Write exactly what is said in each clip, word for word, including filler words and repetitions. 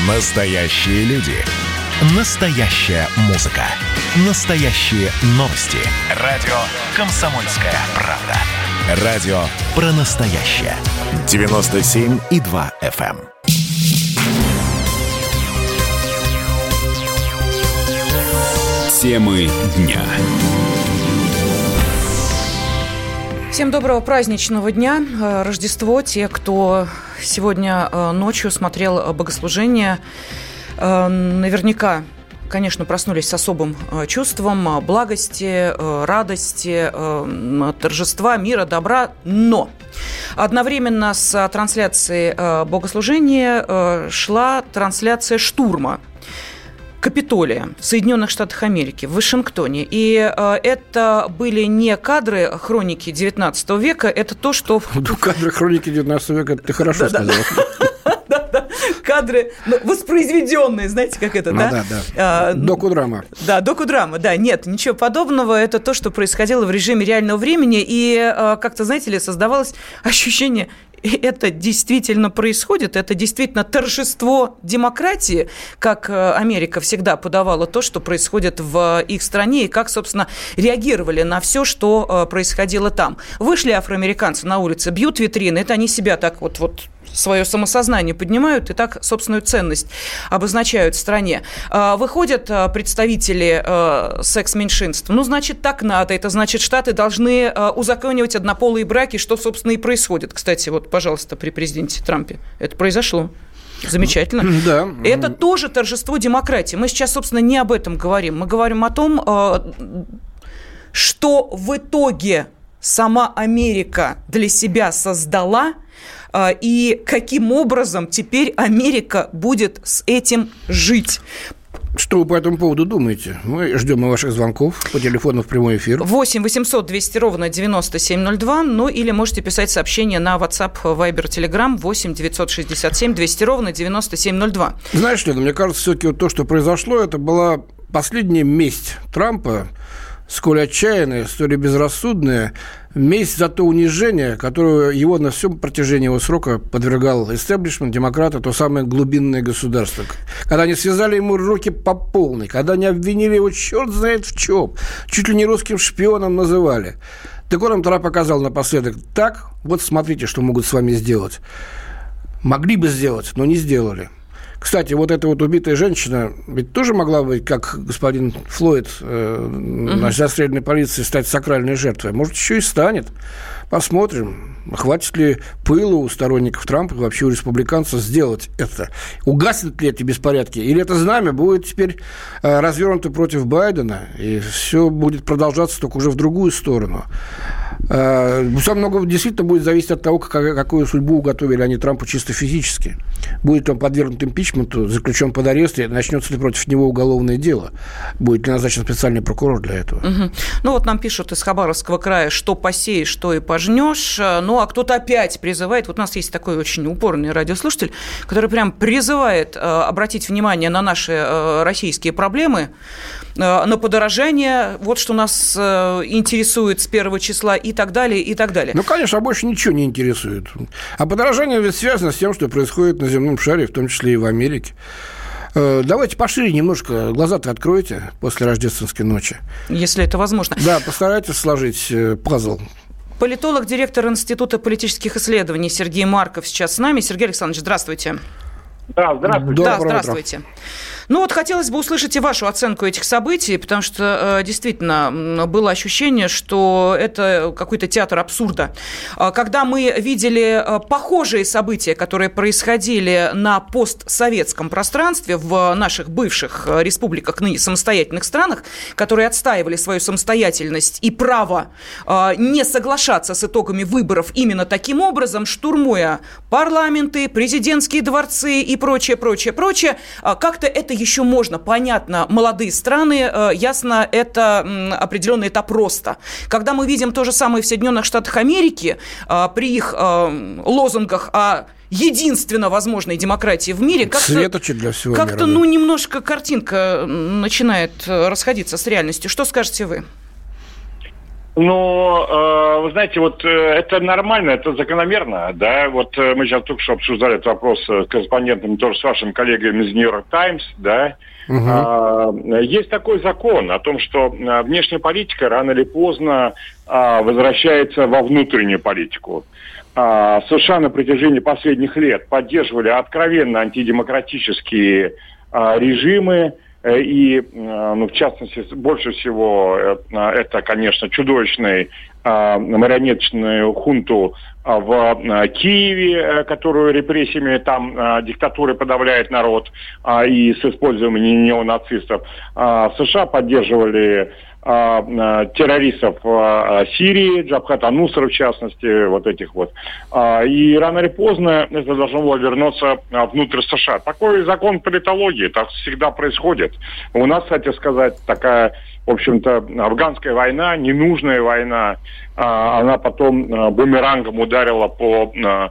Настоящие люди. Настоящая музыка. Настоящие новости. Радио «Комсомольская правда». Радио про настоящее. девяносто семь и два эф эм. Темы дня. Всем доброго праздничного дня. Рождество. Те, кто сегодня ночью смотрел богослужение, наверняка, конечно, проснулись с особым чувством благости, радости, торжества, мира, добра. Но одновременно с трансляцией богослужения шла трансляция штурма Капитолия в Соединенных Штатах Америки, в Вашингтоне. И э, это были не кадры хроники девятнадцатого века, это то, что... Ну, кадры хроники девятнадцатого века, ты хорошо сказал. Да-да, кадры воспроизведенные, знаете, как это, да? Да-да, докудрама. Да, докудрама, да, нет, ничего подобного. Это то, что происходило в режиме реального времени. И как-то, знаете ли, создавалось ощущение... Это действительно происходит, это действительно торжество демократии, как Америка всегда подавала то, что происходит в их стране, и как, собственно, реагировали на все, что происходило там. Вышли афроамериканцы на улицы, бьют витрины, это они себя так вот, вот свое самосознание поднимают и так собственную ценность обозначают в стране. Выходят представители секс-меньшинств. Ну, значит, так надо. Это значит, Штаты должны узаконивать однополые браки, что, собственно, и происходит. Кстати, вот, пожалуйста, при президенте Трампе это произошло. Замечательно. Да. Это тоже торжество демократии. Мы сейчас, собственно, не об этом говорим. Мы говорим о том, что в итоге сама Америка для себя создала, и каким образом теперь Америка будет с этим жить. Что вы по этому поводу думаете? Мы ждем ваших звонков по телефону в прямой эфир. восемь восемьсот двести ровно девяносто семь ноль два. Ну или можете писать сообщение на WhatsApp, Viber, Telegram восемь девятьсот шестьдесят семь двести ровно девяносто семь ноль два. Знаешь, Лена, мне кажется, все-таки вот то, что произошло, это была последняя месть Трампа, сколь отчаянная, столь безрассудная, месть за то унижение, которое его на всем протяжении его срока подвергал истеблишмент, демократы, то самое глубинное государство. Когда они связали ему руки по полной, когда они обвинили его черт знает в чем, чуть ли не русским шпионом называли. Так он им тогда показал напоследок: так, вот смотрите, что могут с вами сделать. Могли бы сделать, но не сделали. Кстати, вот эта вот убитая женщина ведь тоже могла быть, как господин Флойд, э, uh-huh. застреленной полицией, стать сакральной жертвой. Может, еще и станет. Посмотрим, хватит ли пылу у сторонников Трампа, вообще у республиканцев, сделать это. Угаснут ли эти беспорядки? Или это знамя будет теперь э, развернуто против Байдена, и все будет продолжаться только уже в другую сторону? Э, все много действительно будет зависеть от того, как, какую судьбу уготовили они Трампу чисто физически. Будет он подвергнут импичменту, заключен под арест, и начнется ли против него уголовное дело? Будет ли назначен специальный прокурор для этого? Угу. Ну, вот нам пишут из Хабаровского края: что посеешь, что и пожнешь. Ну, а кто-то опять призывает, вот у нас есть такой очень упорный радиослушатель, который прям призывает э, обратить внимание на наши э, российские проблемы, э, на подорожание, вот что нас э, интересует с первого числа и так далее, и так далее. Ну, конечно, а больше ничего не интересует. А подорожание ведь связано с тем, что происходит на земном шаре, в том числе и в Америке. Давайте пошире немножко, глаза-то откройте после рождественской ночи. Если это возможно. Да, постарайтесь сложить пазл. Политолог, директор Института политических исследований Сергей Марков сейчас с нами. Сергей Александрович, здравствуйте. Да, здравствуйте. Да, здравствуйте. Ну вот хотелось бы услышать и вашу оценку этих событий, потому что действительно было ощущение, что это какой-то театр абсурда. Когда мы видели похожие события, которые происходили на постсоветском пространстве в наших бывших республиках, ныне самостоятельных странах, которые отстаивали свою самостоятельность и право не соглашаться с итогами выборов именно таким образом, штурмуя парламенты, президентские дворцы и прочее, прочее, прочее, как-то это еще можно, понятно, молодые страны, ясно, это определенно это просто. Когда мы видим то же самое в Соединенных Штатах Америки, при их лозунгах о единственно возможной демократии в мире, как-то, светочек для всего как-то мира, ну, немножко картинка начинает расходиться с реальностью. Что скажете вы? Ну, э, вы знаете, вот э, это нормально, это закономерно, да. Вот э, мы сейчас только что обсуждали этот вопрос с корреспондентом, тоже с вашим коллегами из Нью-Йорк Таймс, да. Угу. Э, есть такой закон о том, что внешняя политика рано или поздно э, возвращается во внутреннюю политику. Э, США на протяжении последних лет поддерживали откровенно антидемократические э, режимы. И, ну, в частности, больше всего это, конечно, чудовищный марионеточную хунту в Киеве, которую репрессиями там диктатурой подавляет народ, и с использованием неонацистов. США поддерживали террористов в Сирии, Джабхат ан-Нусра, в частности, вот этих вот. И рано или поздно это должно было вернуться внутрь США. Такой закон политологии, так всегда происходит. У нас, кстати сказать, такая, в общем-то, афганская война, ненужная война, она потом бумерангом ударила по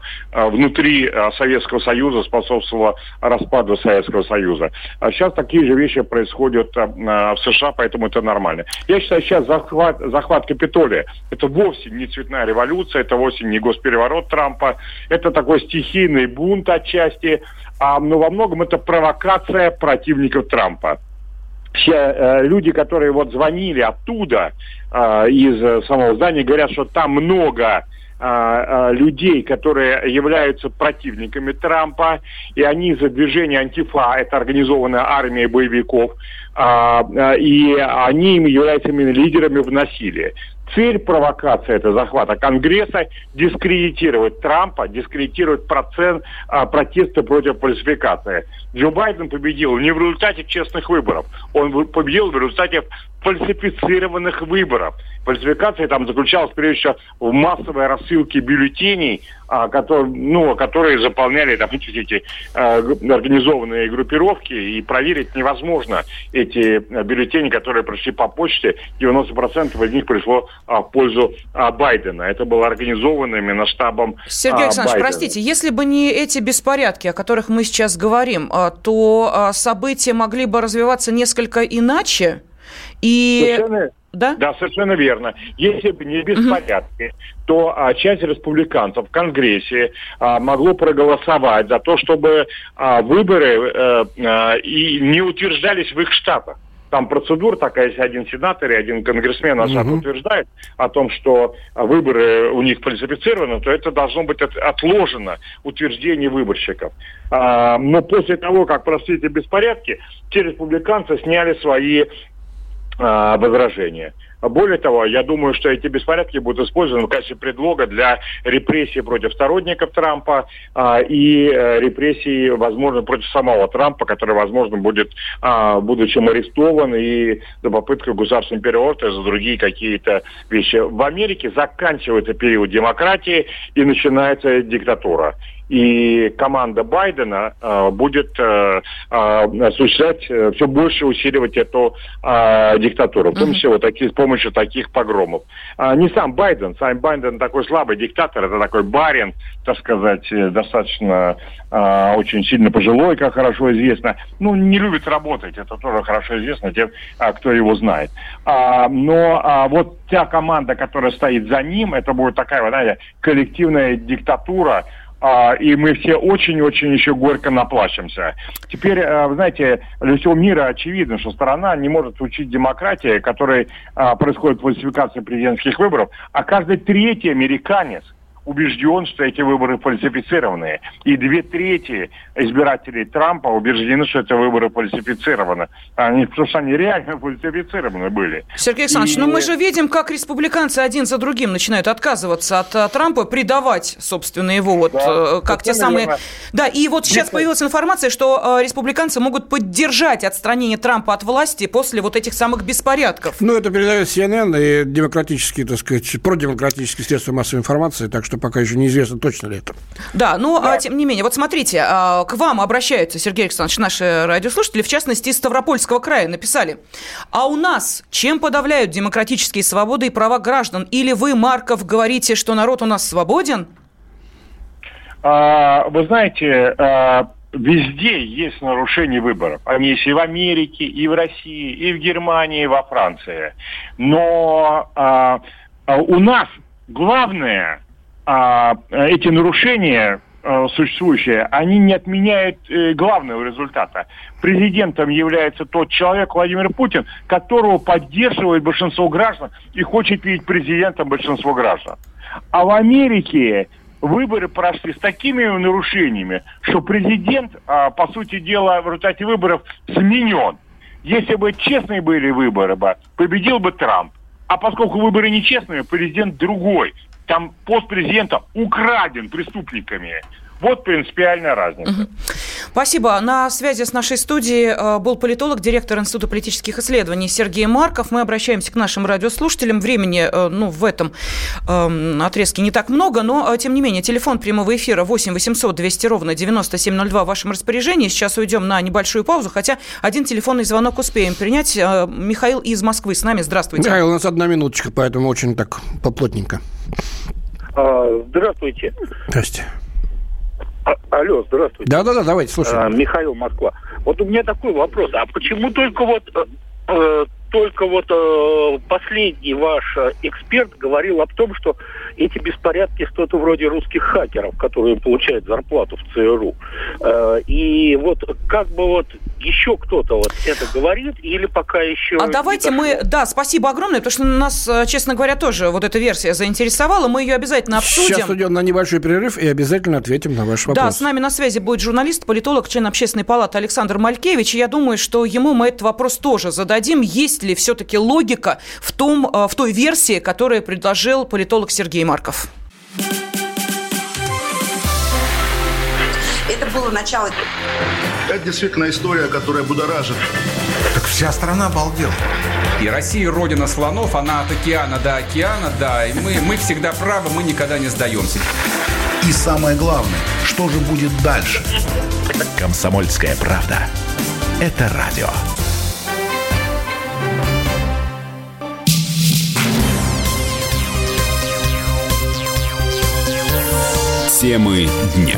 внутри Советского Союза, способствовала распаду Советского Союза. А сейчас такие же вещи происходят в США, поэтому это нормально. Я считаю, сейчас захват, захват Капитолия – это вовсе не цветная революция, это вовсе не госпереворот Трампа, это такой стихийный бунт отчасти, но во многом это провокация противников Трампа. Все э, люди, которые вот звонили оттуда, э, из самого здания, говорят, что там много э, э, людей, которые являются противниками Трампа, и они за движение Антифа, это организованная армия боевиков, э, э, и они являются именно лидерами в насилии. Цель провокации, это захвата Конгресса, дискредитировать Трампа, дискредитировать процент, а, протесты против фальсификации. Джо Байден победил не в результате честных выборов, он победил в результате фальсифицированных выборов. Фальсификация там заключалась прежде всего в массовой рассылке бюллетеней, а, которые, ну, которые заполняли там, эти а, организованные группировки, и проверить невозможно эти бюллетени, которые пришли по почте. девяносто процентов из них пришло а, в пользу а, Байдена. Это было организовано именно штабом Сергей а, Александрович, Байдена. простите, если бы не эти беспорядки, о которых мы сейчас говорим, то события могли бы развиваться несколько иначе? И... Совершенно, да? да, совершенно верно. Если бы не беспорядки, угу. то а, часть республиканцев в Конгрессе а, могло проголосовать за то, чтобы а, выборы а, а, и не утверждались в их штатах. Там процедура такая, если один сенатор и один конгрессмен на шаг угу. утверждает о том, что выборы у них фальсифицированы, то это должно быть от, отложено, утверждение выборщиков. А, но после того, как прошли эти беспорядки, те республиканцы сняли свои а, возражения. Более того, я думаю, что эти беспорядки будут использованы в качестве предлога для репрессий против сторонников Трампа а, и а, репрессий, возможно, против самого Трампа, который, возможно, будет, а, будучи арестован, и за попытку государственного переворота, и за другие какие-то вещи. В Америке заканчивается период демократии и начинается диктатура. И команда Байдена э, будет э, э, осуществлять, э, все больше усиливать эту э, диктатуру, в том числе вот такие, с помощью таких погромов. А, не сам Байден, сам Байден такой слабый диктатор, это такой барин, так сказать, достаточно э, очень сильно пожилой, как хорошо известно. Ну, не любит работать, это тоже хорошо известно тем, кто его знает. А, но а, вот та команда, которая стоит за ним, это будет такая, вот, знаете, коллективная диктатура, и мы все очень-очень еще горько наплачемся. Теперь, вы знаете, для всего мира очевидно, что страна не может учить демократии, которой происходит фальсификация президентских выборов, а каждый третий американец убежден, что эти выборы фальсифицированные. И две трети избирателей Трампа убеждены, что эти выборы фальсифицированы. Они, потому что они реально фальсифицированы были. Сергей Александрович, и... ну мы же видим, как республиканцы один за другим начинают отказываться от, от Трампа, предавать, собственно, его, вот, да, как те самые... Верно. Да, и вот сейчас появилась информация, что республиканцы могут поддержать отстранение Трампа от власти после вот этих самых беспорядков. Ну, это передает си эн эн и демократические, так сказать, продемократические средства массовой информации, так что пока еще неизвестно, точно ли это. Да, но да. А, тем не менее, вот смотрите, а, к вам обращаются, Сергей Александрович, наши радиослушатели, в частности, из Ставропольского края написали: а у нас чем подавляют демократические свободы и права граждан? Или вы, Марков, говорите, что народ у нас свободен? А, вы знаете, а, везде есть нарушение выборов. Они есть и в Америке, и в России, и в Германии, и во Франции. Но... А, у нас главное, эти нарушения существующие, они не отменяют главного результата. Президентом является тот человек, Владимир Путин, которого поддерживает большинство граждан и хочет видеть президентом большинство граждан. А в Америке выборы прошли с такими нарушениями, что президент, по сути дела, в результате выборов сменен. Если бы честные были выборы, победил бы Трамп. А поскольку выборы нечестные, президент другой. Там пост президента украден преступниками. Вот принципиальная разница. Угу. Спасибо. На связи с нашей студией был политолог, директор Института политических исследований Сергей Марков. Мы обращаемся к нашим радиослушателям. Времени ну, в этом э, отрезке не так много, но, тем не менее, телефон прямого эфира восемь восемьсот двести ровно девяносто семь ноль два в вашем распоряжении. Сейчас уйдем на небольшую паузу, хотя один телефонный звонок успеем принять. Михаил из Москвы с нами. Здравствуйте. Михаил, у нас одна минуточка, поэтому очень так поплотненько. Здравствуйте. Здрасте. А, алло, здравствуйте. Да-да-да, давайте, слушаем. А, Михаил, Москва. Вот у меня такой вопрос. А почему только вот, э, только вот э, последний ваш эксперт говорил об том, что эти беспорядки что-то вроде русских хакеров, которые получают зарплату в ЦРУ. Э, и вот как бы вот еще кто-то вот это говорит или пока еще... А давайте мы... Да, спасибо огромное, потому что нас, честно говоря, тоже вот эта версия заинтересовала. Мы ее обязательно обсудим. Сейчас уйдем на небольшой перерыв и обязательно ответим на ваш вопрос. Да, с нами на связи будет журналист, политолог, член Общественной палаты Александр Малькевич. И я думаю, что ему мы этот вопрос тоже зададим. Есть ли все-таки логика в, том, в той версии, которую предложил политолог Сергей Марков? Это было начало... Это действительно история, которая будоражит. Так вся страна обалдела. И Россия родина слонов, она от океана до океана, да. И мы, мы всегда правы, мы никогда не сдаемся. И самое главное, что же будет дальше? «Комсомольская правда». Это радио. Темы дня.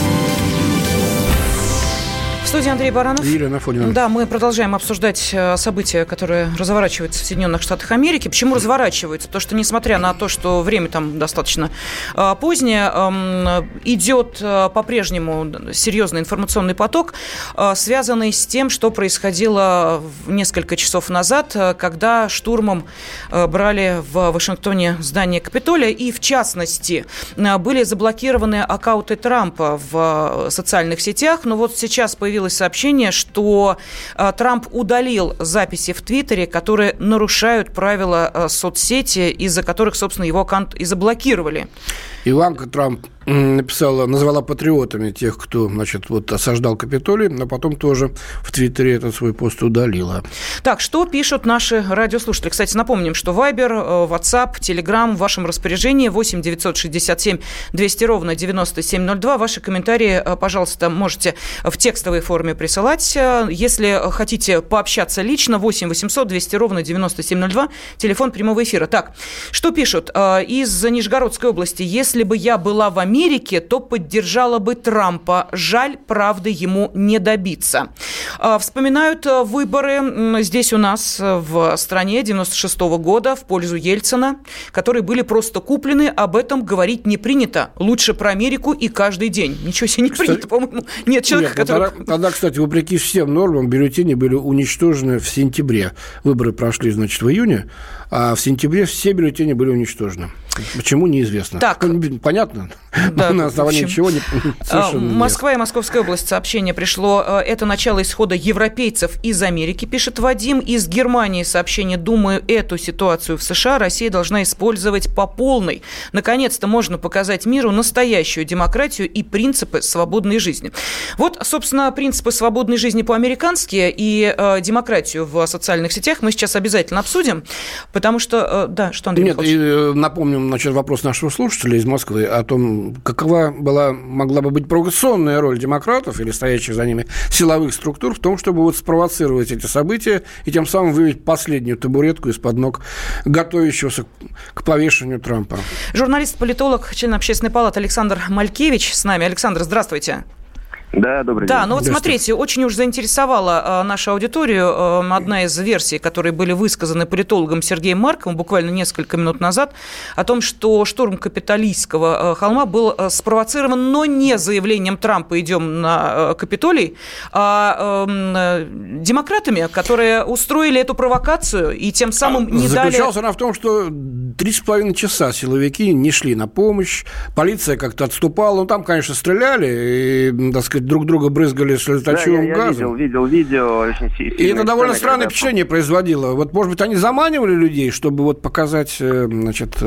В студии Андрей Баранов. Елена Афонина. Да, мы продолжаем обсуждать события, которые разворачиваются в Соединенных Штатах Америки. Почему разворачиваются? Потому что, несмотря на то, что время там достаточно э, позднее, э, идет э, по-прежнему серьезный информационный поток, э, связанный с тем, что происходило несколько часов назад, э, когда штурмом э, брали в Вашингтоне здание Капитолия. И, в частности, э, были заблокированы аккаунты Трампа в э, социальных сетях. Но вот сейчас появилось сообщение, что э, Трамп удалил записи в Твиттере, которые нарушают правила э, соцсети, из-за которых, собственно, его аккаунт и заблокировали. Иванка Трамп написала, назвала патриотами тех, кто, значит, вот осаждал Капитолий, но потом тоже в Твиттере этот свой пост удалила. Так, что пишут наши радиослушатели? Кстати, напомним, что Вайбер, WhatsApp, Telegram в вашем распоряжении восемь девятьсот шестьдесят семь двести ровно девяносто семь ноль два. Ваши комментарии, пожалуйста, можете в текстовой форме присылать. Если хотите пообщаться лично, восемь восемьсот двести ровно девяносто семь ноль два, телефон прямого эфира. Так, что пишут? Из Нижегородской области. Если бы я была в Америке, то поддержала бы Трампа. Жаль, правды ему не добиться. Вспоминают выборы здесь у нас в стране девяносто шестого года в пользу Ельцина, которые были просто куплены. Об этом говорить не принято. Лучше про Америку и каждый день. Ничего себе не принято, кстати, по-моему. Нет человека, нет, который... Тогда, тогда, кстати, вопреки всем нормам, бюллетени были уничтожены в сентябре. Выборы прошли, значит, в июне, а в сентябре все бюллетени были уничтожены. Почему, неизвестно. Так. Понятно? Да, на основании чего не, Москва и Московская область. Сообщение пришло. Это начало исхода европейцев из Америки, пишет Вадим. Из Германии сообщение. Думаю, эту ситуацию в США Россия должна использовать по полной. Наконец-то можно показать миру настоящую демократию и принципы свободной жизни. Вот, собственно, принципы свободной жизни по-американски и э, демократию в социальных сетях мы сейчас обязательно обсудим, потому что... Э, да, что, Андрей Нет, и, э, напомним, значит, вопрос нашего слушателя из Москвы о том, какова была, могла бы быть провокационная роль демократов или стоящих за ними силовых структур в том, чтобы вот спровоцировать эти события и тем самым вывести последнюю табуретку из-под ног готовящегося к повешению Трампа. Журналист-политолог, член Общественной палаты Александр Малькевич с нами. Александр, здравствуйте. Да, добрый да, день. ну вот смотрите, очень уж заинтересовала э, нашу аудиторию э, одна из версий, которые были высказаны политологом Сергеем Марковым буквально несколько минут назад, о том, что штурм Капитолийского э, холма был э, спровоцирован, но не заявлением Трампа «идем на э, Капитолий», а э, э, демократами, которые устроили эту провокацию и тем самым не Заключалась дали... Заключалась она в том, что три с половиной часа силовики не шли на помощь, полиция как-то отступала, ну там, конечно, стреляли и, так сказать, друг друга брызгали слезоточивым да, я, газом. Я видел, видел видео. Очень и это довольно сцены, странное когда... впечатление производило. Вот, может быть, они заманивали людей, чтобы вот показать, значит,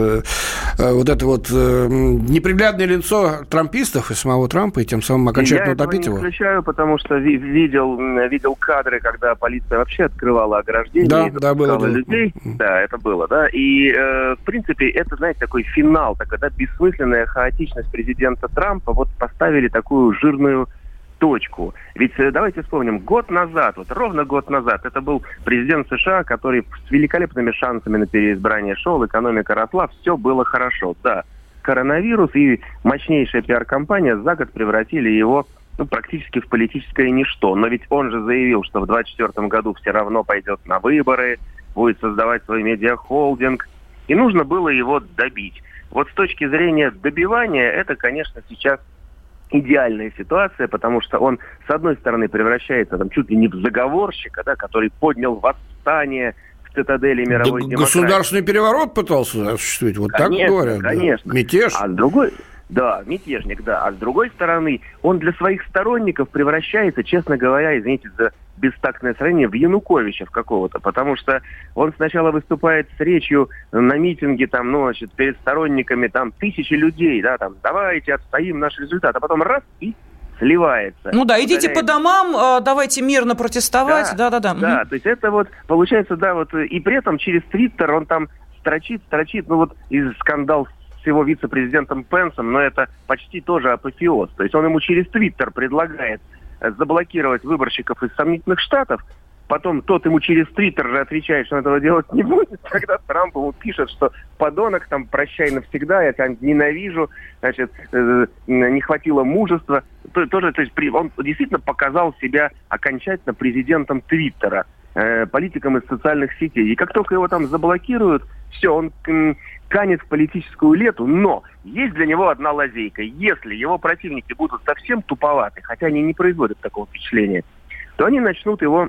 вот это вот неприглядное лицо трампистов и самого Трампа, и тем самым окончательно утопить его? Я не исключаю, потому что видел, видел кадры, когда полиция вообще открывала ограждение да, и да, было, людей. было. Да, это было, да. И, э, в принципе, это, знаете, такой финал, такая, да, бессмысленная хаотичность президента Трампа вот поставили такую жирную точку. Ведь давайте вспомним, год назад, вот ровно год назад, это был президент США, который с великолепными шансами на переизбрание шел, экономика росла, все было хорошо. Да, коронавирус и мощнейшая пиар-компания за год превратили его ну, практически в политическое ничто. Но ведь он же заявил, что в двадцать четвёртом году все равно пойдет на выборы, будет создавать свой медиахолдинг, и нужно было его добить. Вот с точки зрения добивания, это, конечно, сейчас идеальная ситуация, потому что он, с одной стороны, превращается там, чуть ли не в заговорщика, да, который поднял восстание в цитадели мировой да, демократии. Государственный переворот пытался осуществить, вот конечно, так говорят. Конечно, да. Мятеж. А с другой... Да, мятежник, да. А с другой стороны, он для своих сторонников превращается, честно говоря, извините за бестактное сравнение, в Януковича в какого-то. Потому что он сначала выступает с речью на митинге, там, ну, значит, перед сторонниками, там, тысячи людей, да, там, давайте отстоим наш результат. А потом раз и сливается. Ну да, идите по домам, давайте мирно протестовать. Да-да-да. Да, да, то есть это вот, получается, да, вот, и при этом через Твиттер он там строчит, строчит, ну вот, из скандал с его вице-президентом Пенсом, но это почти тоже апофеоз. То есть он ему через Твиттер предлагает заблокировать выборщиков из сомнительных штатов, потом тот ему через Твиттер же отвечает, что он этого делать не будет, тогда Трамп ему пишет, что подонок, там, прощай навсегда, я тебя ненавижу, значит, э, не хватило мужества. То, тоже, то есть он действительно показал себя окончательно президентом Твиттера, э, политиком из социальных сетей. И как только его там заблокируют, все, он э, канет в политическую лету, но есть для него одна лазейка. Если его противники будут совсем туповаты, хотя они не производят такого впечатления, то они начнут его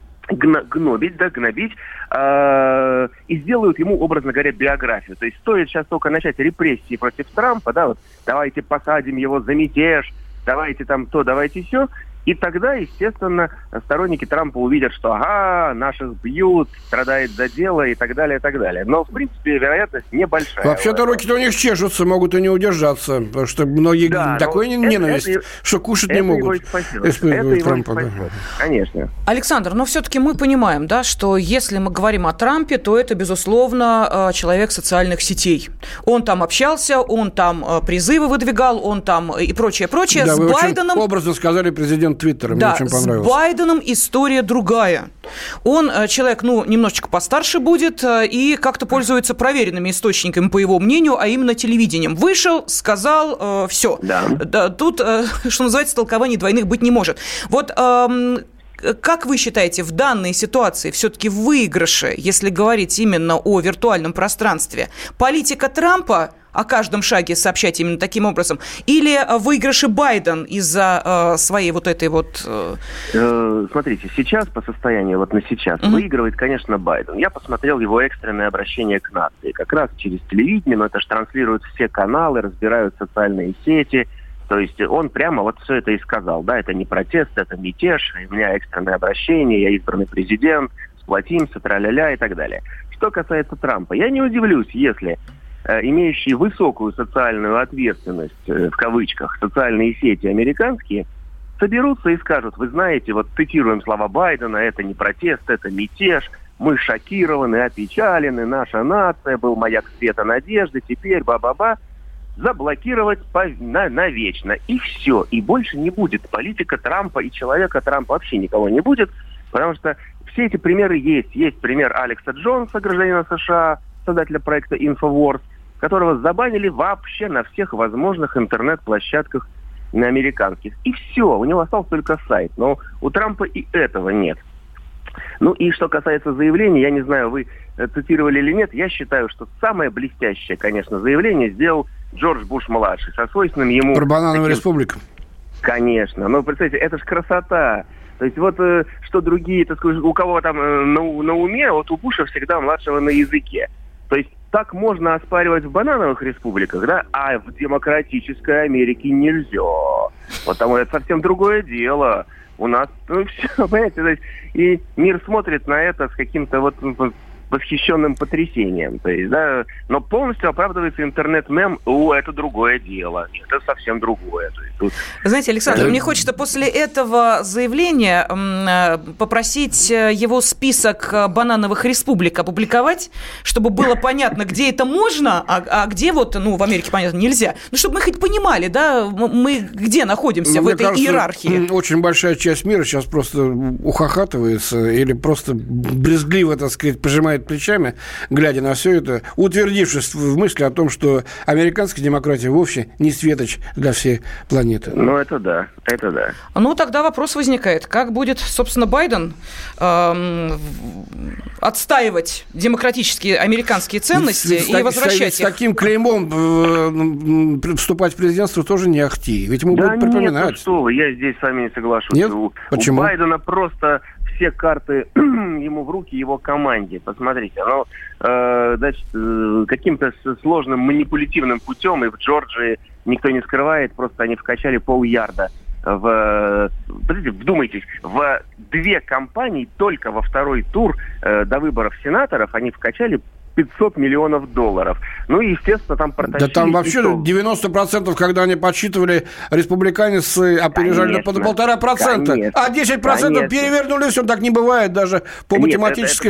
гнобить, да, гнобить, э, и сделают ему, образно говоря, биографию. То есть стоит сейчас только начать репрессии против Трампа, да, вот, давайте посадим его за мятеж, давайте там то, давайте все, и тогда, естественно, сторонники Трампа увидят, что ага, наших бьют, страдает за дело и так далее, и так далее. Но, в принципе, вероятность небольшая. Вообще-то руки-то у них чешутся, могут и не удержаться, потому что многие да, такой ненависть, это, что кушать это не могут. Это Трампа, да. Конечно. Александр, но все-таки мы понимаем, да, что если мы говорим о Трампе, то это, безусловно, человек социальных сетей. Он там общался, он там призывы выдвигал, он там и прочее, прочее. Да, с вы Байденом... очень образно сказали президент Твиттера, да, мне очень понравилось. С Байденом история другая. Он человек, ну, немножечко постарше будет и как-то пользуется проверенными источниками, по его мнению, а именно телевидением. Вышел, сказал, э, все. Да. Да, тут, э, что называется, толкований двойных быть не может. Вот... Э, как вы считаете, в данной ситуации все-таки в выигрыше, если говорить именно о виртуальном пространстве, политика Трампа о каждом шаге сообщать именно таким образом, или выигрыше Байден из-за э, своей вот этой вот... Э... Смотрите, сейчас по состоянию, вот на сейчас, uh-huh. выигрывает, конечно, Байден. Я посмотрел его экстренное обращение к нации, как раз через телевидение, но это же транслируют все каналы, разбирают социальные сети. То есть он прямо вот все это и сказал. Да, это не протест, это мятеж, у меня экстренное обращение, я избранный президент, сплотимся, тра-ля-ля и так далее. Что касается Трампа, я не удивлюсь, если э, имеющие высокую социальную ответственность, э, в кавычках, социальные сети американские, соберутся и скажут, вы знаете, вот цитируем слова Байдена, это не протест, это мятеж, мы шокированы, опечалены, наша нация, был маяк света надежды, теперь ба-ба-ба. Заблокировать по, на, навечно. И все. И больше не будет. Политика Трампа и человека Трампа вообще никого не будет. Потому что все эти примеры есть. Есть пример Алекса Джонса, гражданина США, создателя проекта InfoWars, которого забанили вообще на всех возможных интернет-площадках на американских. И все, у него остался только сайт. Но у Трампа и этого нет. Ну и что касается заявлений, я не знаю, вы цитировали или нет, я считаю, что самое блестящее, конечно, заявление сделал Джордж Буш-младший со свойственным ему... Про банановую таким... республику. Конечно. Но, представьте, это ж красота. То есть вот э, что другие, так сказать, у кого там э, на, на уме, вот у Буша всегда младшего на языке. То есть так можно оспаривать в банановых республиках, да, а в демократической Америке нельзя. Потому это совсем другое дело. У нас, ну, все, понимаете, то есть, и мир смотрит на это с каким-то вот восхищенным потрясением. То есть, да, но полностью оправдывается интернет-мем, о, это другое дело, это совсем другое. То есть, тут... Знаете, Александр, да. мне хочется после этого заявления попросить его список банановых республик опубликовать, чтобы было понятно, где это можно, а, а где вот, ну, в Америке, понятно, нельзя. Ну, чтобы мы хоть понимали, да, мы где находимся, ну, в этой кажется, иерархии. Очень большая часть мира сейчас просто ухахатывается или просто брезгливо, так сказать, пожимает плечами, глядя на все это, утвердившись в мысли о том, что американская демократия вовсе не светоч для всей планеты. Ну, это да, это да. Ну, тогда вопрос возникает, как будет, собственно, Байден эм, отстаивать демократические американские ценности с, и возвращать с, с, их? С таким клеймом э, вступать в президентство тоже не ахти, ведь ему да будут припоминать. Нет, что вы, я здесь с вами не соглашусь. Нет? У, Почему? У Байдена просто... все карты ему в руки, его команде. Посмотрите, оно э, значит, э, каким-то сложным манипулятивным путем, и в Джорджии никто не скрывает, просто они вкачали пол-ярда в... Подождите, вдумайтесь, в две кампании только во второй тур э, до выборов сенаторов они вкачали пятьсот миллионов долларов. Ну и, естественно, там протащили... Да там вообще девяносто процентов, когда они подсчитывали, республиканец опережали на полтора процента. Конечно, а десять процентов конечно. Перевернули, все так не бывает даже по Нет, математической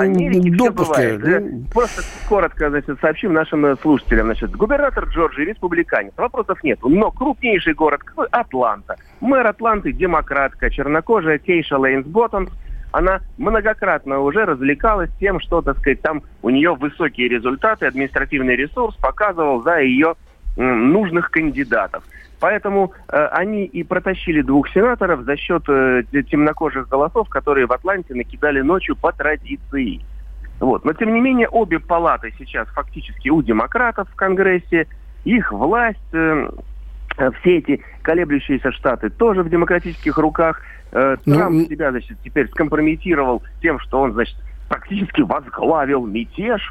допуске. Ну... Просто коротко, значит, сообщим нашим слушателям. Значит, губернатор Джорджии республиканец, вопросов нет. Но крупнейший город какой? Атланта. Мэр Атланты демократка, чернокожая Кейша Лейнс-Боттомс. Она многократно уже развлекалась тем, что, так сказать, там у нее высокие результаты, административный ресурс показывал за ее м, нужных кандидатов. Поэтому э, они и протащили двух сенаторов за счет э, темнокожих голосов, которые в Атланте накидали ночью по традиции. Вот. Но, тем не менее, обе палаты сейчас фактически у демократов в Конгрессе. Их власть, э, все эти колеблющиеся штаты тоже в демократических руках. Трамп ну, себя, значит, теперь скомпрометировал тем, что он, значит, практически возглавил мятеж.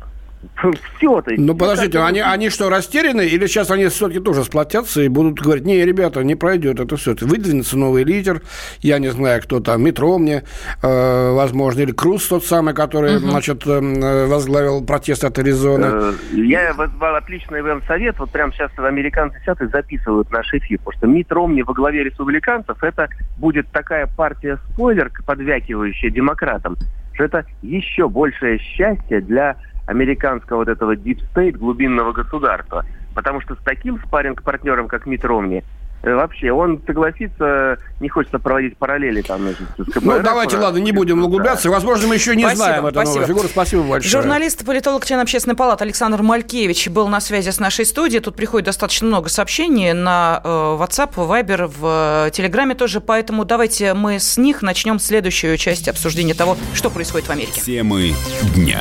Все это. Ну, подождите, они, они что, растеряны? Или сейчас они все-таки тоже сплотятся и будут говорить, не, ребята, не пройдет это все. Выдвинется новый лидер, я не знаю, кто там, Митт Ромни, э, возможно, или Круз тот самый, который, uh-huh. значит, э, возглавил протест от Аризоны. Я отличный вам совет, вот прямо сейчас американцы сидят и записывают наш эфир, потому что Митт Ромни во главе республиканцев, это будет такая партия-спойлер, подвякивающая демократам, что это еще большее счастье для американского вот этого deep state, глубинного государства. Потому что с таким спарринг-партнером, как Митт Ромни, вообще, он согласится, не хочется проводить параллели там, значит, с КПРФ. Ну, давайте, ладно, не будем углубляться. Да. Возможно, мы еще не спасибо, знаем эту новую фигуру. Спасибо большое. Журналист, политолог, член Общественной палаты Александр Малькевич был на связи с нашей студией. Тут приходит достаточно много сообщений на э, WhatsApp, Viber, в э, Телеграме тоже. Поэтому давайте мы с них начнем следующую часть обсуждения того, что происходит в Америке. Темы дня.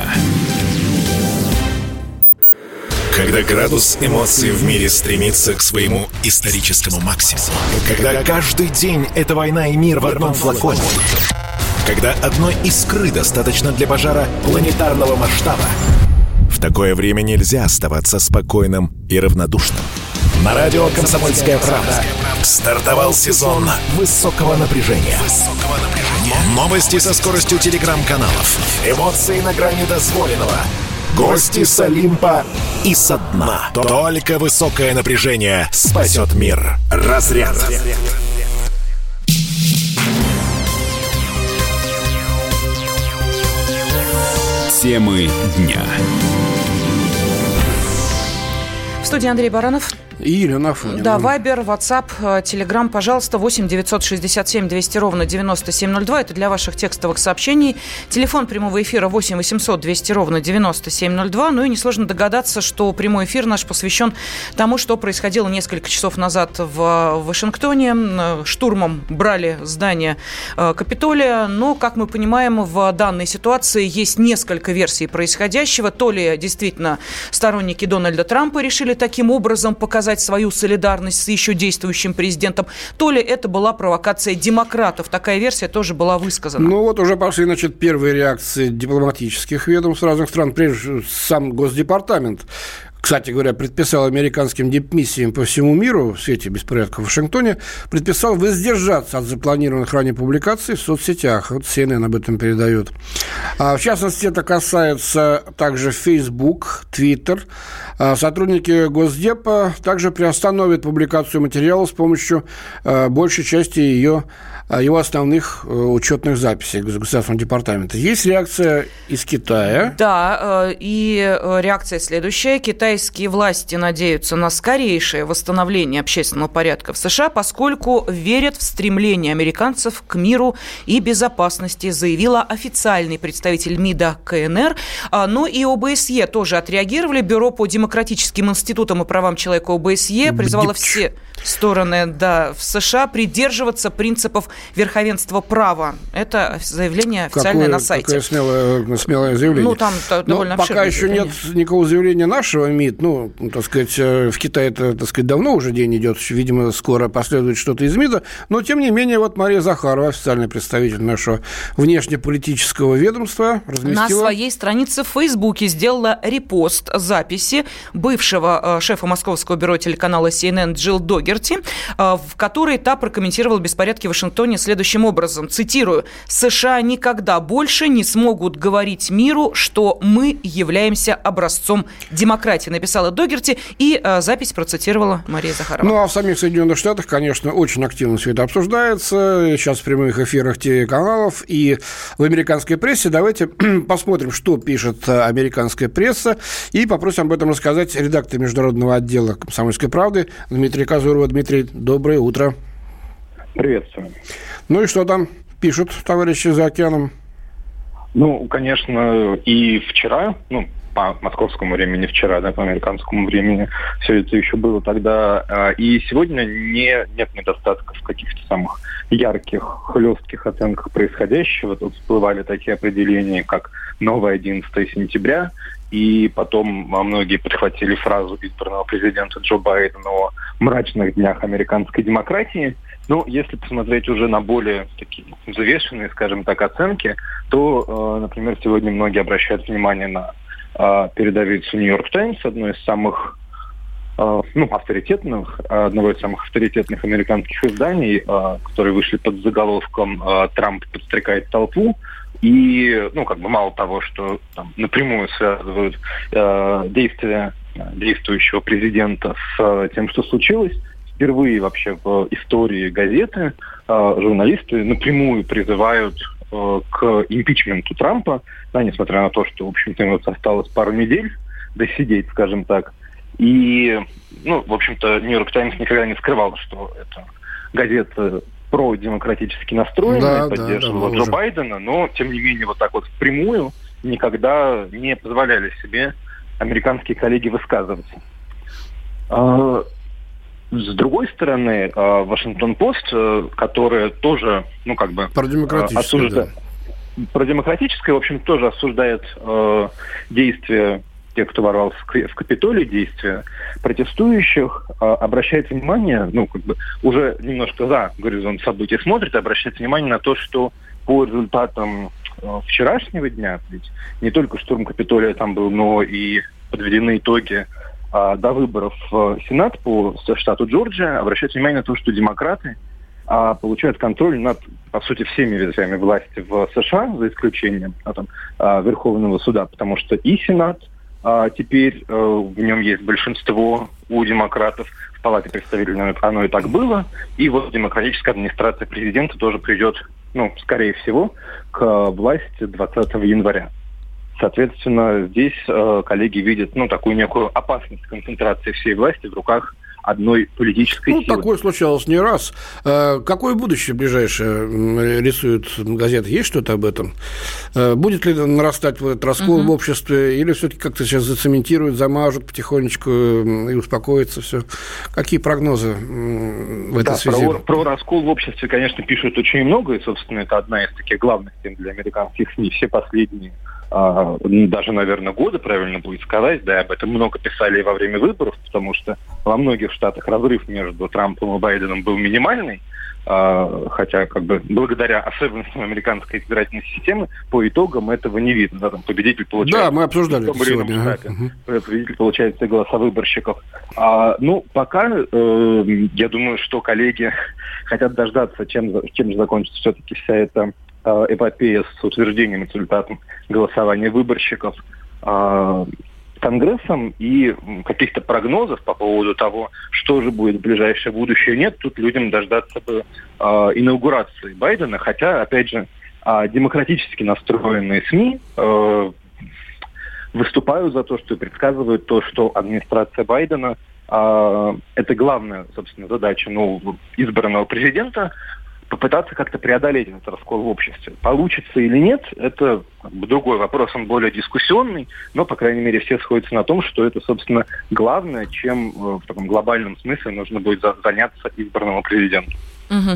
Когда градус эмоций в мире стремится к своему историческому максимуму. Когда каждый день — это война и мир в одном флаконе. Когда одной искры достаточно для пожара планетарного масштаба. В такое время нельзя оставаться спокойным и равнодушным. На радио «Комсомольская правда» стартовал сезон высокого напряжения. Новости со скоростью телеграм-каналов. Эмоции на грани дозволенного. Гости с Олимпа и со дна. Только высокое напряжение спасет мир. Разряд. Темы дня. В студии Андрей Баранов. И Елена Афонина. Да, Вайбер, WhatsApp, Телеграм, пожалуйста, восемь девятьсот шестьдесят семь двести ровно девяносто семь ноль два. Это для ваших текстовых сообщений. Телефон прямого эфира восемь восемьсот двести ровно девяносто семь ноль два. Ну и несложно догадаться, что прямой эфир наш посвящен тому, что происходило несколько часов назад в Вашингтоне. Штурмом брали здание Капитолия. Но, как мы понимаем, в данной ситуации есть несколько версий происходящего. То ли действительно сторонники Дональда Трампа решили таким образом показать свою солидарность с еще действующим президентом, то ли это была провокация демократов. Такая версия тоже была высказана. Ну вот уже пошли, значит, первые реакции дипломатических ведомств разных стран. Прежде всего, сам Госдепартамент, кстати говоря, предписал американским дипмиссиям по всему миру в свете беспорядков в Вашингтоне, предписал воздержаться от запланированных ранее публикаций в соцсетях. Вот си эн эн об этом передает. А в частности, это касается также Facebook, Twitter. А сотрудники Госдепа также приостановят публикацию материала с помощью а, большей части ее его основных учетных записей Государственного департамента. Есть реакция из Китая. Да, и реакция следующая. Китайские власти надеются на скорейшее восстановление общественного порядка в США, поскольку верят в стремление американцев к миру и безопасности, заявила официальный представитель МИДа ка эн эр. Но и о бэ эс е тоже отреагировали. Бюро по демократическим институтам и правам человека о бэ эс е призвало все стороны да, в США придерживаться принципов верховенства права. Это заявление официальное Какое, на сайте. Какое смелое, смелое заявление. Ну, там довольно обширное пока еще заявление. нет никакого заявления нашего МИД. Ну, так сказать, в Китае это, так сказать, давно уже день идет. Видимо, скоро последует что-то из МИДа. Но, тем не менее, вот Мария Захарова, официальный представитель нашего внешнеполитического ведомства, разместила... На своей странице в Фейсбуке сделала репост записи бывшего шефа московского бюро телеканала си эн эн Джилл Догерти, в которой та прокомментировала беспорядки в Вашингтоне следующим образом, цитирую: «США никогда больше не смогут говорить миру, что мы являемся образцом демократии», написала Догерти, и э, запись процитировала Мария Захарова. Ну, а в самих Соединенных Штатах, конечно, очень активно все это обсуждается. Сейчас в прямых эфирах телеканалов и в американской прессе. Давайте посмотрим, что пишет американская пресса, и попросим об этом рассказать редактора международного отдела «Комсомольской правды» Дмитрия Казурова. Дмитрий, доброе утро. Приветствую. Ну и что там пишут товарищи за океаном? Ну, конечно, и вчера, ну, по московскому времени вчера, да, по американскому времени, все это еще было тогда. И сегодня не, нет недостатков в каких-то самых ярких, хлестких оценках происходящего. Тут всплывали такие определения, как «новое одиннадцатое сентября», и потом многие подхватили фразу избранного президента Джо Байдена о мрачных днях американской демократии. Но если посмотреть уже на более такие взвешенные, скажем так, оценки, то, э, например, сегодня многие обращают внимание на э, передовицу «Нью-Йорк Таймс», одной из самых э, ну, авторитетных, одного из самых авторитетных американских изданий, э, которые вышли под заголовком э, «Трамп подстрекает толпу». И, ну, как бы мало того, что там напрямую связывают э, действия действующего президента с э, тем, что случилось, впервые вообще в истории газеты э, журналисты напрямую призывают э, к импичменту Трампа, да, несмотря на то, что, в общем-то, ему осталось пару недель досидеть, скажем так. И, ну, в общем-то, «Нью-Йорк Таймс» никогда не скрывал, что это газета продемократически настроенная, да, поддерживала да, да, Джо Байдена, но, тем не менее, вот так вот впрямую никогда не позволяли себе американские коллеги высказываться. С другой стороны, Вашингтон-Пост, которая тоже, ну, как бы... Продемократическая, осужда... да. Продемократическая, в общем, тоже осуждает э, действия тех, кто ворвался в Капитолий, действия протестующих, э, обращает внимание, ну, как бы уже немножко за горизонт событий смотрит, обращает внимание на то, что по результатам э, вчерашнего дня, ведь не только штурм Капитолия там был, но и подведены итоги до выборов в Сенат по штату Джорджия, обращают внимание на то, что демократы а, получают контроль над, по сути, всеми ветвями власти в США, за исключением а, там, а, Верховного суда, потому что и Сенат а, теперь а, в нем есть большинство у демократов, в Палате представителей оно и так было, и вот демократическая администрация президента тоже придет, ну, скорее всего, к власти двадцатого января. Соответственно, здесь э, коллеги видят, ну, такую некую опасность концентрации всей власти в руках одной политической ну, силы. Такое случалось не раз. Какое будущее ближайшее рисует газета? Есть что-то об этом? Будет ли нарастать этот раскол uh-huh. в обществе, или все-таки как-то сейчас зацементируют, замажут потихонечку и успокоится все? Какие прогнозы в этой да, связи? Про, про раскол в обществе, конечно, пишут очень много, и, собственно, это одна из таких главных тем для американских СМИ. Все последние даже, наверное, года, правильно будет сказать, да, об этом много писали и во время выборов, потому что во многих штатах разрыв между Трампом и Байденом был минимальный, хотя, как бы, благодаря особенностям американской избирательной системы, по итогам этого не видно. Да, там победитель получает... Да, мы обсуждали это сегодня. Штате, ага. Победитель получает все голоса выборщиков. А, ну, пока, э, я думаю, что коллеги хотят дождаться, чем, чем же закончится все-таки вся эта эпопея с утверждением результатов голосования выборщиков э, Конгрессом, и каких-то прогнозов по поводу того, что же будет в ближайшее будущее, нет. Тут людям дождаться бы э, инаугурации Байдена, хотя, опять же, э, демократически настроенные СМИ э, выступают за то, что предсказывают то, что администрация Байдена э, это главная, собственно, задача нового избранного президента — попытаться как-то преодолеть этот раскол в обществе. Получится или нет, это как бы другой вопрос, он более дискуссионный, но, по крайней мере, все сходятся на том, что это, собственно, главное, чем в таком глобальном смысле нужно будет заняться избранному президенту. Угу.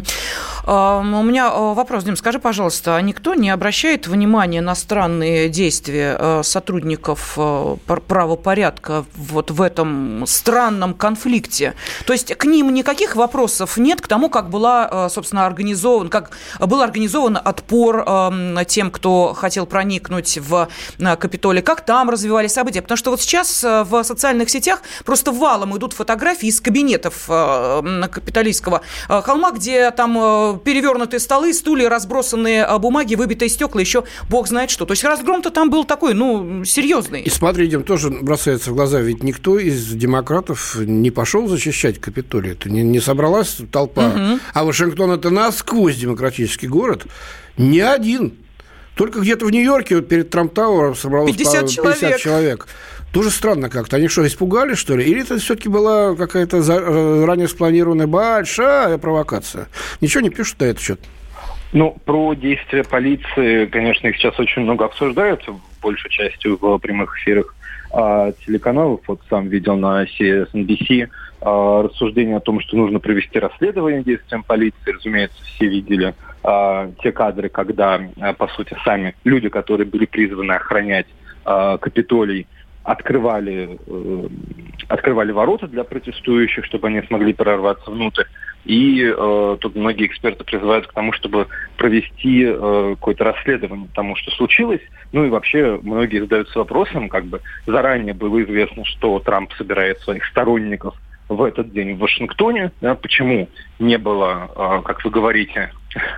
А, у меня вопрос, Дим, скажи, пожалуйста, а никто не обращает внимания на странные действия сотрудников правопорядка вот в этом странном конфликте? То есть к ним никаких вопросов нет к тому, как была, собственно, организован, как был организован отпор тем, кто хотел проникнуть в Капитолий, как там развивались события? Потому что вот сейчас в социальных сетях просто валом идут фотографии из кабинетов Капитолийского холма, где там перевернутые столы, стулья, разбросанные бумаги, выбитые стекла, еще бог знает что. То есть разгром-то там был такой, ну, серьезный. И смотри, Дим, тоже бросается в глаза, ведь никто из демократов не пошел защищать Капитолий. Это не, не собралась толпа. Угу. А Вашингтон – это насквозь демократический город. Ни один. Только где-то в Нью-Йорке вот перед Трамп-Тауэром собралось пятьдесят человек. пятьдесят человек. Тоже странно как-то. Они что, испугались, что ли? Или это все-таки была какая-то заранее спланированная большая провокация? Ничего не пишут на этот счет? Ну, про действия полиции, конечно, их сейчас очень много обсуждают, большей частью в прямых эфирах а, телеканалов. Вот сам видел на си эс эн би си а, рассуждение о том, что нужно провести расследование действиям полиции. Разумеется, все видели а, те кадры, когда, а, по сути, сами люди, которые были призваны охранять а, Капитолий, открывали, э, открывали ворота для протестующих, чтобы они смогли прорваться внутрь. И э, тут многие эксперты призывают к тому, чтобы провести э, какое-то расследование тому, что случилось. Ну и вообще многие задаются вопросом, как бы заранее было известно, что Трамп собирает своих сторонников в этот день в Вашингтоне. Да, почему не было, э, как вы говорите,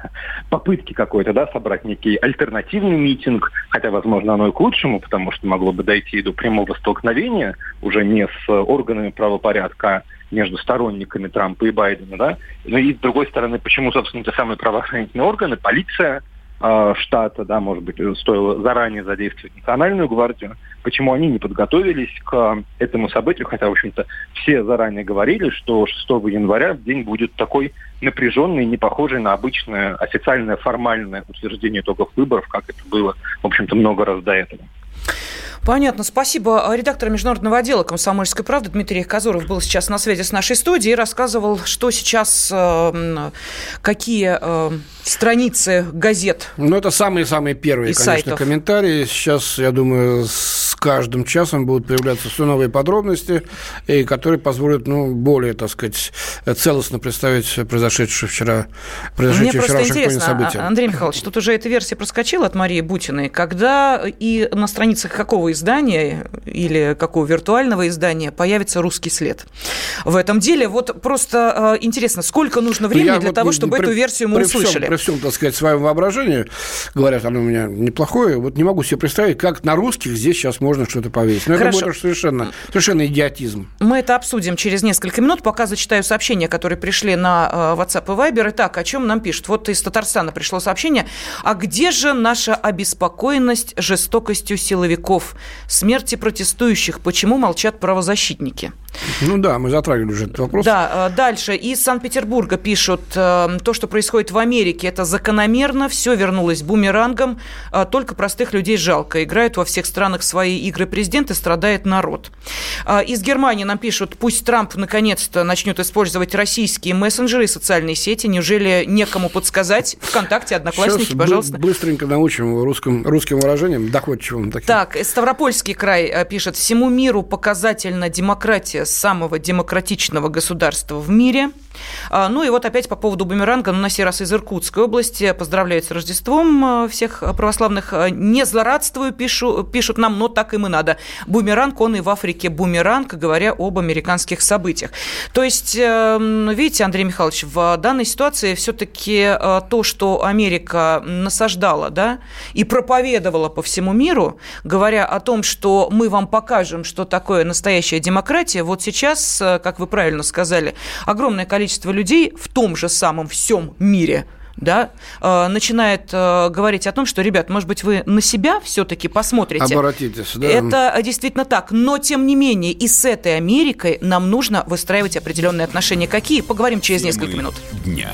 попытки какой-то, да, собрать некий альтернативный митинг, хотя, возможно, оно и к лучшему, потому что могло бы дойти до прямого столкновения уже не с органами правопорядка, а между сторонниками Трампа и Байдена, да. Ну и, с другой стороны, почему, собственно, те самые правоохранительные органы, полиция э, штата, да, может быть, стоило заранее задействовать Национальную гвардию, почему они не подготовились к этому событию, хотя, в общем-то, все заранее говорили, что шестого января день будет такой напряженный, не похожий на обычное официальное формальное утверждение итогов выборов, как это было, в общем-то, много раз до этого. Понятно. Спасибо. Редактор международного отдела «Комсомольской правды» Дмитрий Казуров был сейчас на связи с нашей студией и рассказывал, что сейчас, какие страницы газет. Ну, это самые-самые первые, конечно, сайтов. Комментарии. Сейчас, я думаю, с каждым часом будут появляться все новые подробности, и которые позволят, ну, более, так сказать, целостно представить произошедшее вчера, произошедшее вчера в Вашингтоне события. Андрей Михайлович, тут уже эта версия проскочила от Марии Бутиной, когда и на страницах какого издания или какого виртуального издания появится русский след в этом деле. Вот просто э, интересно, сколько нужно времени Я для вот того, чтобы при, эту версию мы при услышали? Всем, при всем, так сказать, своем воображении, говорят, оно у меня неплохое, вот не могу себе представить, как на русских здесь сейчас можно можно что-то повесить. Но Хорошо. это будет совершенно, совершенно идиотизм. Мы это обсудим через несколько минут. Пока зачитаю сообщения, которые пришли на WhatsApp и Viber. Итак, о чем нам пишут? Вот из Татарстана пришло сообщение. А где же наша обеспокоенность жестокостью силовиков, смерти протестующих? Почему молчат правозащитники? Ну да, мы затрагивали уже этот вопрос. Да, дальше. Из Санкт-Петербурга пишут, то, что происходит в Америке, это закономерно, все вернулось бумерангом, только простых людей жалко. Играют во всех странах свои игры президент и страдает народ. Из Германии нам пишут, пусть Трамп наконец-то начнет использовать российские мессенджеры и социальные сети. Неужели некому подсказать? ВКонтакте, Одноклассники, Сейчас пожалуйста. Бы- быстренько научим его русским, русским выражением, доходчивым таким. Так, Ставропольский край пишет, всему миру показательна демократия самого демократичного государства в мире. Ну и вот опять по поводу бумеранга, ну, на сей раз из Иркутской области. Поздравляют с Рождеством всех православных. Не злорадствую, пишу, пишут нам, но так им и надо. Бумеранг, он и в Африке бумеранг, говоря об американских событиях. То есть, видите, Андрей Михайлович, в данной ситуации все-таки то, что Америка насаждала, да, и проповедовала по всему миру, говоря о том, что мы вам покажем, что такое настоящая демократия, вот сейчас, как вы правильно сказали, огромное количество людей в том же самом всем мире, да, э, начинает э, говорить о том, что, ребят, может быть, вы на себя все-таки посмотрите. Обратитесь, да. Это действительно так. Но, тем не менее, и с этой Америкой нам нужно выстраивать определенные отношения. Какие? Поговорим через несколько минут. Дня.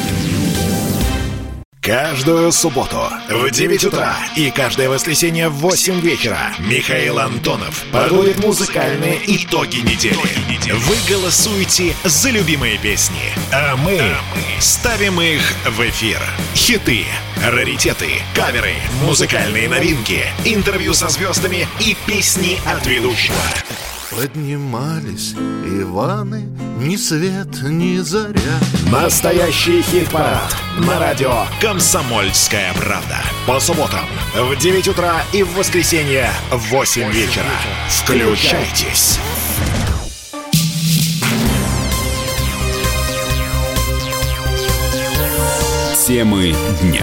Каждую субботу в девять утра и каждое воскресенье в восемь вечера Михаил Антонов подводит музыкальные итоги недели. Вы голосуете за любимые песни, а мы ставим их в эфир. Хиты, раритеты, каверы, музыкальные новинки, интервью со звездами и песни от ведущего. Поднимались Иваны, ни свет, ни заря. Настоящий хит-парад на радио «Комсомольская правда». По субботам в девять утра и в воскресенье в восемь вечера. Включайтесь. Темы дня.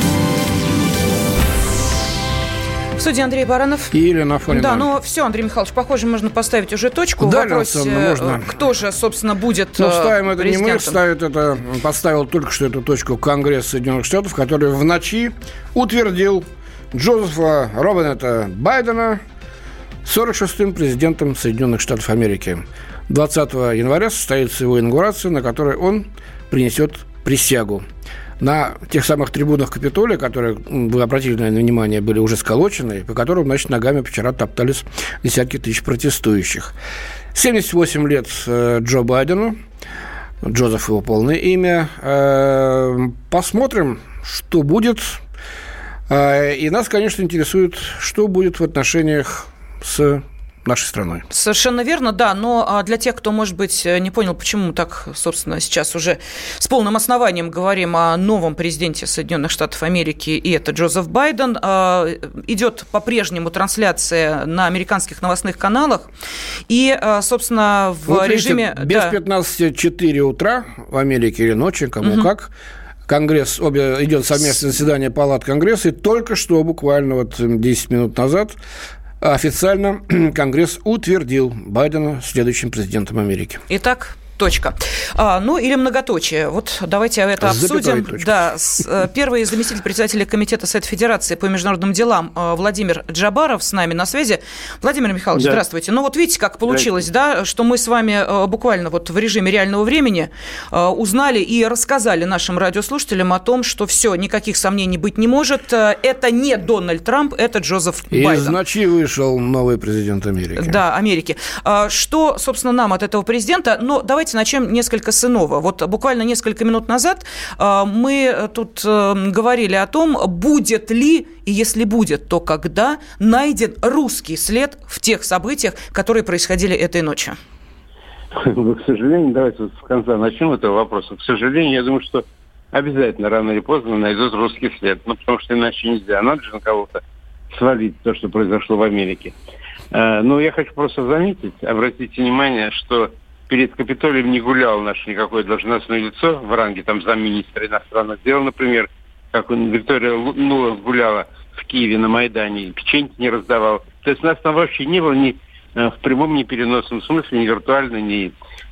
В студии Андрей Баранов. И Елена Афонина. Да, ну все, Андрей Михайлович, похоже, можно поставить уже точку. Да, в вопросе, можно. кто же, собственно, будет Ну, ставим это не мы, президентом. ставит это, поставил только что эту точку Конгресс Соединенных Штатов, который в ночи утвердил Джозефа Робинета Байдена сорок шестым президентом Соединенных Штатов Америки. двадцатого января состоится его инаугурация, на которой он принесет присягу. На тех самых трибунах Капитолия, которые, вы обратили, наверное, внимание, были уже сколочены, по которым, значит, ногами вчера топтались десятки тысяч протестующих. семьдесят восемь лет Джо Байдену, Джозеф его полное имя. Посмотрим, что будет. И нас, конечно, интересует, что будет в отношениях с нашей страной. Совершенно верно, да, но для тех, кто, может быть, не понял, почему мы так, собственно, сейчас уже с полным основанием говорим о новом президенте Соединенных Штатов Америки, и это Джозеф Байден, идет по-прежнему трансляция на американских новостных каналах, и, собственно, в вот режиме... Видите, без да. пятнадцати четыре утра в Америке или ночи, кому угу. как, Конгресс, обе, идет совместное заседание палат Конгресса, и только что, буквально вот десять минут назад, официально Конгресс утвердил Байдена следующим президентом Америки. Итак, точка. А, ну, или многоточие. Вот давайте это обсудим. Да, с, первый заместитель председателя Комитета Совета Федерации по международным делам Владимир Джабаров с нами на связи. Владимир Михайлович, да. Здравствуйте. Ну, вот видите, как получилось, да, что мы с вами буквально вот в режиме реального времени узнали и рассказали нашим радиослушателям о том, что все, никаких сомнений быть не может. Это не Дональд Трамп, это Джозеф и Байден. Из ночи вышел новый президент Америки. Да, Америки. Что, собственно, нам от этого президента? Но давайте Давайте начнем несколько с иного. Вот буквально несколько минут назад мы тут говорили о том, будет ли, и если будет, то когда найден русский след в тех событиях, которые происходили этой ночью. К сожалению, давайте с конца начнем этого вопроса. К сожалению, я думаю, что обязательно рано или поздно найдут русский след. Ну, потому что иначе нельзя. Надо же на кого-то свалить то, что произошло в Америке. Но я хочу просто заметить, обратите внимание, что перед Капитолием не гуляло наше никакое должностное лицо в ранге там замминистра иностранных дел, например, как он, Виктория Нуланд гуляла в Киеве на Майдане, печеньки не раздавал То есть нас там вообще не было ни в прямом, ни переносном смысле, ни виртуально, ни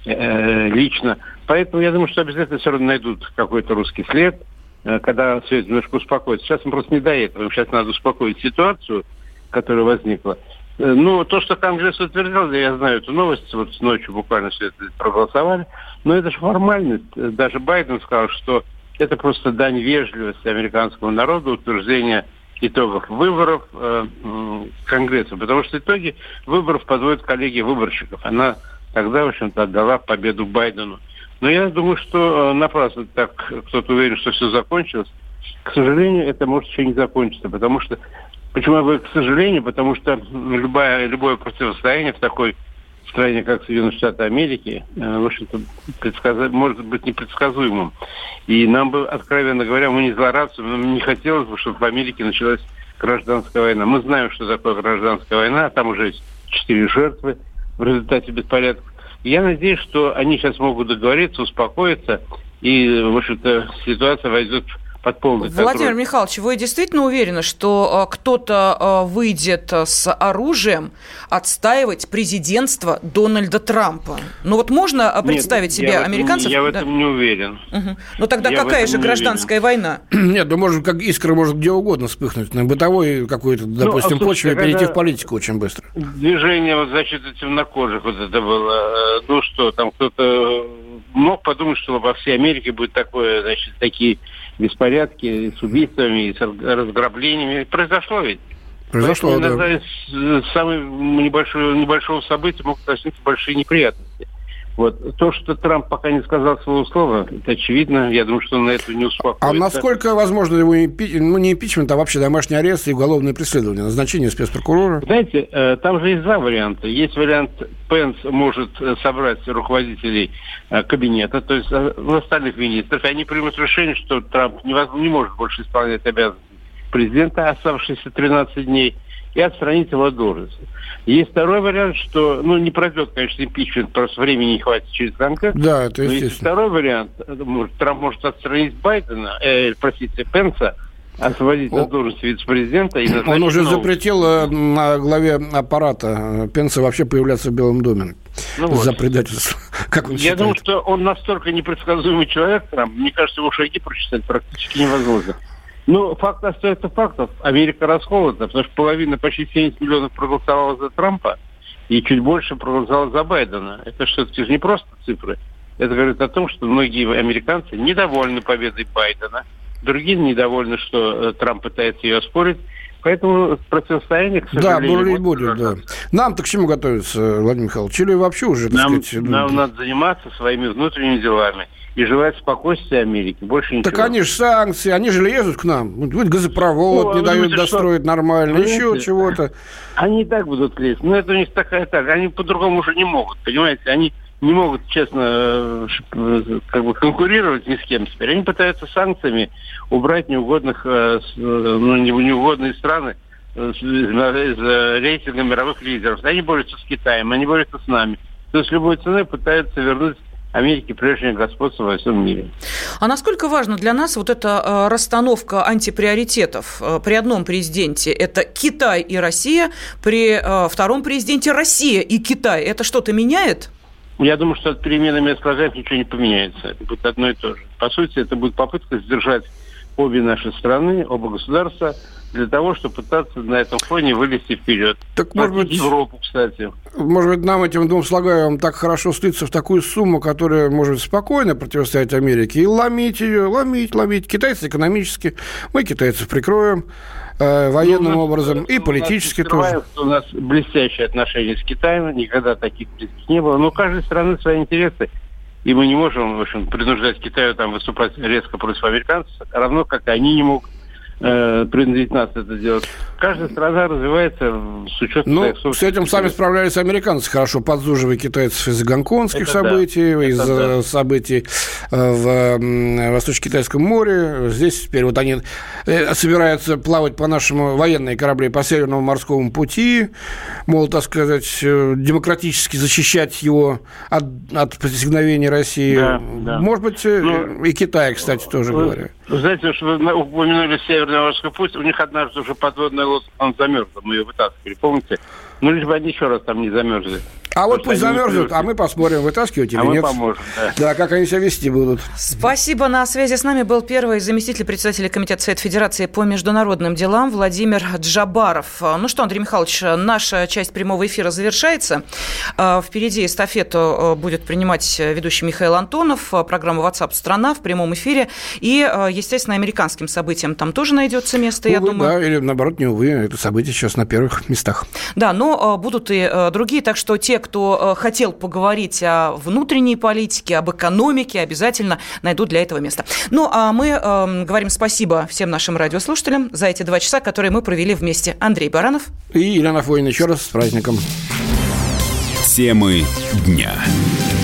э, лично. Поэтому я думаю, что обязательно все равно найдут какой-то русский след, э, когда все это немножко успокоится. Сейчас мы просто не до этого. Сейчас надо успокоить ситуацию, которая возникла. Э, ну, то, что Конгресс утвердил, я знаю эту новость, вот ночью буквально все это проголосовали, но это же формальность. Даже Байден сказал, что это просто дань вежливости американскому народу, утверждение итогов выборов э, э, Конгресса, потому что итоги выборов подводит коллегия выборщиков. Она тогда, в общем-то, отдала победу Байдену. Но я думаю, что э, напрасно так кто-то уверен, что все закончилось. К сожалению, это может еще не закончиться, потому что... Почему я говорю к сожалению? Потому что любое, любое противостояние в такой стране, как Соединенные Штаты Америки, э, в общем-то, предсказ... может быть непредсказуемым. И нам бы, откровенно говоря, мы не злорадствуем, нам не хотелось бы, чтобы в Америке началась гражданская война. Мы знаем, что такое гражданская война, там уже есть четыре жертвы в результате беспорядков. И я надеюсь, что они сейчас могут договориться, успокоиться, и, в общем-то, ситуация войдет под полный контроль. Владимир Михайлович, вы действительно уверены, что э, кто-то э, выйдет с оружием отстаивать президентство Дональда Трампа? Ну вот можно представить Нет, себе я американцев? В этом, я да. в этом не уверен. Угу. Ну тогда я какая же гражданская уверен. война? Нет, ну может, как искра может где угодно вспыхнуть. На бытовой какой-то, допустим, ну, а почве перейти в политику очень быстро. Движение вот защиты темнокожих, вот это было. Ну что, там кто-то мог подумать, что во всей Америке будет такое, значит, такие беспорядки с убийствами, и с разграблениями. Произошло ведь. Произошло, Поэтому да. иногда из самого небольшого, небольшого события могут начаться большие неприятности. Вот. То, что Трамп пока не сказал своего слова, это очевидно. Я думаю, что он на это не успокоится. А насколько возможно его импи... ну, не импичмент, а вообще домашний арест и уголовное преследование, назначение спецпрокурора? Знаете, там же есть два варианта. Есть вариант, Пенс может собрать руководителей кабинета, то есть остальных министров, и они примут решение, что Трамп не, воз... не может больше исполнять обязанности президента, оставшиеся тринадцать дней, и отстранить его от должности. Есть второй вариант, что, ну, не пройдет, конечно, импичмент, просто времени не хватит через Конгресс. Да, это естественно. Есть второй вариант. Трамп может отстранить Байдена, э, простите, Пенса, освободить от должности вице-президента. И он уже нового. запретил на главе аппарата Пенса вообще появляться в Белом доме. Ну вот. За предательство. Как он Я считает? думаю, что он настолько непредсказуемый человек, Трамп, мне кажется, его шаги прочитать практически невозможно. Ну, факт остается фактом. Америка расколота, потому что половина, почти семьдесят миллионов проголосовала за Трампа, и чуть больше проголосовала за Байдена. Это все-таки же не просто цифры. Это говорит о том, что многие американцы недовольны победой Байдена, другие недовольны, что э, Трамп пытается ее оспорить. Поэтому противостояние, к сожалению... Да, бурлить будет, да. Нам-то к чему готовиться, Владимир Михайлович? Или вообще уже, так нам, сказать... Нам ну... надо заниматься своими внутренними делами и желать спокойствия Америки. Больше ничего. Так они же санкции, они же лезут к нам. Вот газопровод ну, не дают думаете, достроить что... нормально, Понимаете? еще чего-то. Они и так будут лезть. Но это у них такая так. Они по-другому уже не могут, понимаете? Они не могут, честно, как бы конкурировать ни с кем теперь. Они пытаются санкциями убрать неугодных, ну, неугодные страны из рейтинга мировых лидеров. Они борются с Китаем, они борются с нами. То есть любой ценой пытаются вернуть Америке прежнее господство во всем мире. А насколько важна для нас вот эта э, расстановка антиприоритетов э, при одном президенте? Это Китай и Россия, при э, втором президенте Россия и Китай. Это что-то меняет? Я думаю, что от перемены мест хозяев ничего не поменяется. Это будет одно и то же. По сути, это будет попытка сдержать обе наши страны, оба государства, для того, чтобы пытаться на этом фоне вылезти вперед. Так, может быть, Европу, кстати. Может быть, нам, этим двум слагаемым, так хорошо слиться в такую сумму, которая может спокойно противостоять Америке, и ломить ее, ломить, ломить. Китайцы экономически, мы китайцев прикроем э, военным ну, образом, и политически тоже. У нас блестящие отношения с Китаем, никогда таких близких не было. Но у каждой страны свои интересы. И мы не можем, в общем, принуждать Китаю там выступать резко против американцев, равно как они не могут э, принудить нас это делать. Каждая страна развивается с учетом... Ну, с этим сами справлялись американцы хорошо, подзуживая китайцев из-за гонконгских это событий, да. из-за да. событий в Восточно-Китайском море. Здесь теперь вот они собираются плавать по нашему военные корабли по Северному морскому пути, мол, так сказать, демократически защищать его от, от притягновения России. Да, да. Может быть, ну, и Китай, кстати, тоже говоря. Вы знаете, уж вы упомянули Северный путь, у них однажды уже подводная лодка, он замерзла, мы ее вытаскивали, помните? Ну, лишь бы они еще раз там не замерзли. А вот пусть замерзнут, а мы посмотрим, вытаскивать или а нет. А мы поможем, да. Да, как они себя вести будут. Спасибо. На связи с нами был первый заместитель председателя Комитета Совета Федерации по международным делам Владимир Джабаров. Ну что, Андрей Михайлович, наша часть прямого эфира завершается. Впереди эстафету будет принимать ведущий Михаил Антонов. Программа WhatsApp «Страна» в прямом эфире. И, естественно, американским событиям там тоже найдется место, увы, я думаю. Да, или наоборот, не увы, это событие сейчас на первых местах. Да, но будут и другие, так что те, кто хотел поговорить о внутренней политике, об экономике, обязательно найдут для этого место. Ну, а мы э, говорим спасибо всем нашим радиослушателям за эти два часа, которые мы провели вместе. Андрей Баранов. И Елена Фойна. Еще раз с праздником. Темы дня.